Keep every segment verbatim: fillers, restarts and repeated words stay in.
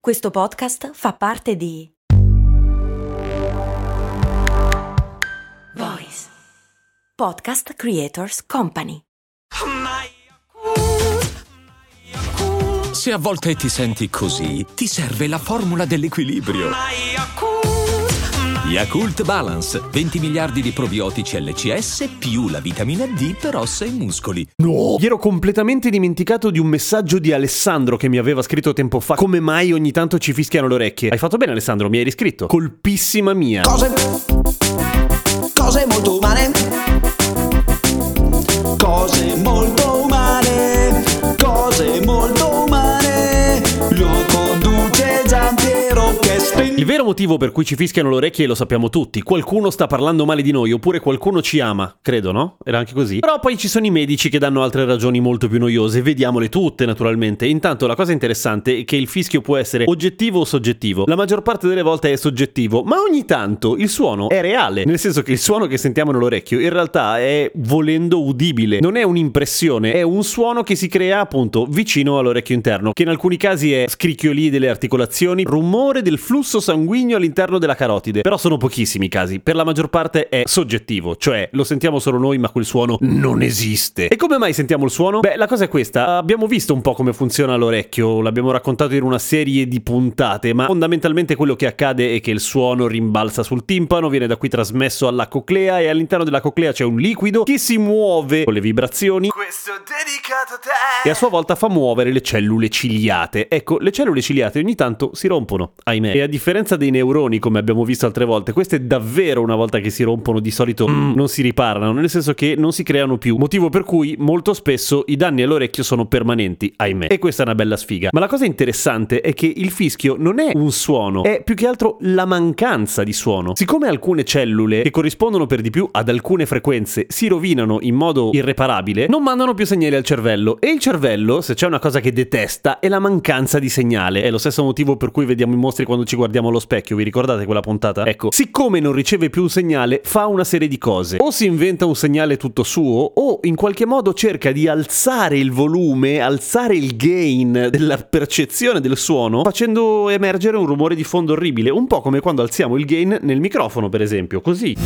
Questo podcast fa parte di Voice Podcast Creators Company. Se a volte ti senti così, ti serve la formula dell'equilibrio. Yakult Balance, venti miliardi di probiotici L C S più la vitamina D per ossa e muscoli. No! Mi ero completamente dimenticato di un messaggio di Alessandro che mi aveva scritto tempo fa. Come mai ogni tanto ci fischiano le orecchie? Hai fatto bene, Alessandro, mi hai riscritto. Colpissima mia. Cose Cose molto umane. Cose molto umane. Cose molto umane. Lo conduce Giampiero Chespin. Il vero motivo per cui ci fischiano le orecchie lo sappiamo tutti. Qualcuno sta parlando male di noi, oppure qualcuno ci ama. Credo, no? Era anche così. Però poi ci sono i medici che danno altre ragioni molto più noiose. Vediamole tutte, naturalmente. Intanto la cosa interessante è che il fischio può essere oggettivo o soggettivo. La maggior parte delle volte è soggettivo, ma ogni tanto il suono è reale. Nel senso che il suono che sentiamo nell'orecchio in realtà è, volendo, udibile. Non è un'impressione, è un suono che si crea appunto vicino all'orecchio interno, che in alcuni casi è scricchiolii delle articolazioni, rumore del flusso sanguigno all'interno della carotide. Però sono pochissimi i casi. Per la maggior parte è soggettivo, cioè lo sentiamo solo noi, ma quel suono non esiste. E come mai sentiamo il suono? Beh, la cosa è questa. Abbiamo visto un po' come funziona l'orecchio, l'abbiamo raccontato in una serie di puntate, ma fondamentalmente quello che accade è che il suono rimbalza sul timpano, viene da qui trasmesso alla coclea e all'interno della coclea c'è un liquido che si muove con le vibrazioni. Questo è dedicato a te. E a sua volta fa muovere le cellule ciliate. Ecco, le cellule ciliate ogni tanto si rompono, ahimè. E a differenza dei neuroni, come abbiamo visto altre volte, queste davvero una volta che si rompono di solito mm, non si riparano, nel senso che non si creano più. Motivo per cui molto spesso i danni all'orecchio sono permanenti, ahimè. E questa è una bella sfiga. Ma la cosa interessante è che il fischio non è un suono, è più che altro la mancanza di suono. Siccome alcune cellule, che corrispondono per di più ad alcune frequenze, si rovinano in modo irreparabile, non mandano più segnali al cervello. E il cervello, se c'è una cosa che detesta, è la mancanza di segnale. È lo stesso motivo per cui vediamo i mostri quando ci guardiamo allo specchio. Vi ricordate quella puntata? Ecco, siccome non riceve più un segnale, fa una serie di cose. O si inventa un segnale tutto suo, o in qualche modo cerca di alzare il volume, alzare il gain della percezione del suono, facendo emergere un rumore di fondo orribile. Un po' come quando alziamo il gain nel microfono, per esempio, così.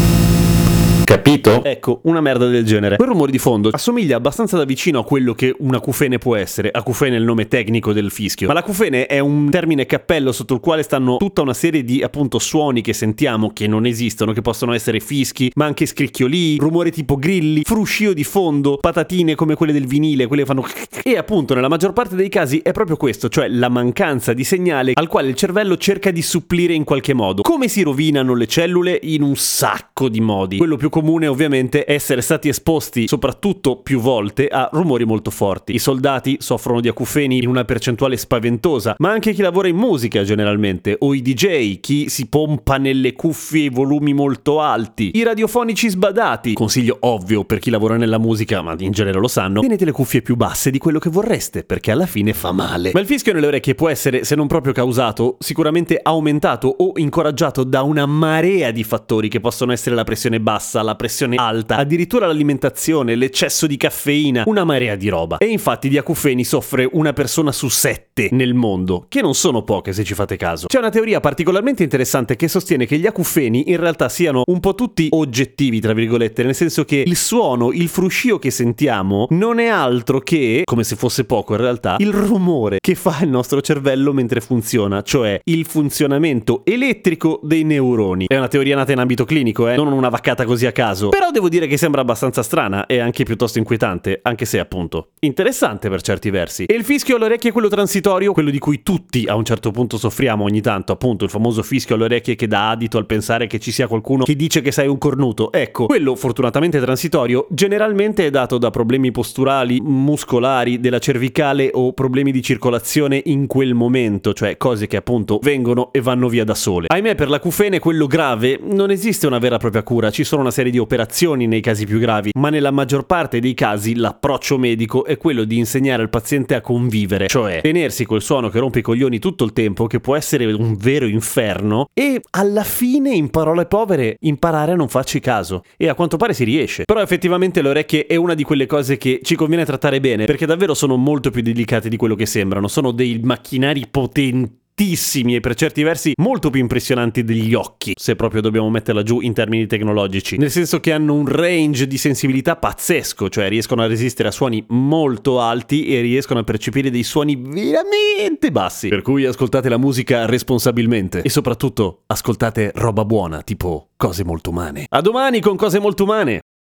Capito? Ecco, una merda del genere. Quel rumore di fondo assomiglia abbastanza da vicino a quello che un acufene può essere. Acufene è il nome tecnico del fischio. Ma l'acufene è un termine cappello sotto il quale stanno tutta una serie di, appunto, suoni che sentiamo, che non esistono, che possono essere fischi, ma anche scricchiolii, rumore tipo grilli, fruscio di fondo, patatine come quelle del vinile, quelle che fanno... E appunto, nella maggior parte dei casi è proprio questo, cioè la mancanza di segnale al quale il cervello cerca di supplire in qualche modo. Come si rovinano le cellule? In un sacco di modi. Quello più comune ovviamente è essere stati esposti soprattutto più volte a rumori molto forti. I soldati soffrono di acufeni in una percentuale spaventosa, ma anche chi lavora in musica generalmente, o i D J, chi si pompa nelle cuffie i volumi molto alti, i radiofonici sbadati. Consiglio ovvio per chi lavora nella musica, ma in genere lo sanno: tenete le cuffie più basse di quello che vorreste, perché alla fine fa male. Ma il fischio nelle orecchie può essere, se non proprio causato, sicuramente aumentato o incoraggiato da una marea di fattori che possono essere la pressione bassa, la pressione alta, addirittura l'alimentazione, l'eccesso di caffeina, una marea di roba. E infatti di acufeni soffre una persona su sette nel mondo, che non sono poche se ci fate caso. C'è una teoria particolarmente interessante che sostiene che gli acufeni in realtà siano un po' tutti oggettivi, tra virgolette, nel senso che il suono, il fruscio che sentiamo non è altro che, come se fosse poco in realtà, il rumore che fa il nostro cervello mentre funziona, cioè il funzionamento elettrico dei neuroni. È una teoria nata in ambito clinico, eh, non una vaccata così a caso. Però devo dire che sembra abbastanza strana e anche piuttosto inquietante, anche se appunto interessante per certi versi. E il fischio alle orecchie è quello transitorio, quello di cui tutti a un certo punto soffriamo ogni tanto, appunto il famoso fischio alle orecchie che dà adito al pensare che ci sia qualcuno che dice che sei un cornuto. Ecco, quello fortunatamente transitorio generalmente è dato da problemi posturali, muscolari, della cervicale o problemi di circolazione in quel momento, cioè cose che appunto vengono e vanno via da sole. Ahimè, per l'acufene, quello grave, non esiste una vera e propria cura, ci sono una serie di operazioni nei casi più gravi, ma nella maggior parte dei casi l'approccio medico è quello di insegnare al paziente a convivere, cioè tenersi col suono che rompe i coglioni tutto il tempo, che può essere un vero inferno, e alla fine, in parole povere, imparare a non farci caso. E a quanto pare si riesce. Però effettivamente le orecchie è una di quelle cose che ci conviene trattare bene, perché davvero sono molto più delicate di quello che sembrano. Sono dei macchinari potenti altissimi e per certi versi molto più impressionanti degli occhi, se proprio dobbiamo metterla giù in termini tecnologici, nel senso che hanno un range di sensibilità pazzesco, cioè riescono a resistere a suoni molto alti e riescono a percepire dei suoni veramente bassi, per cui ascoltate la musica responsabilmente e soprattutto ascoltate roba buona, tipo Cose Molto Umane. A domani con Cose Molto Umane!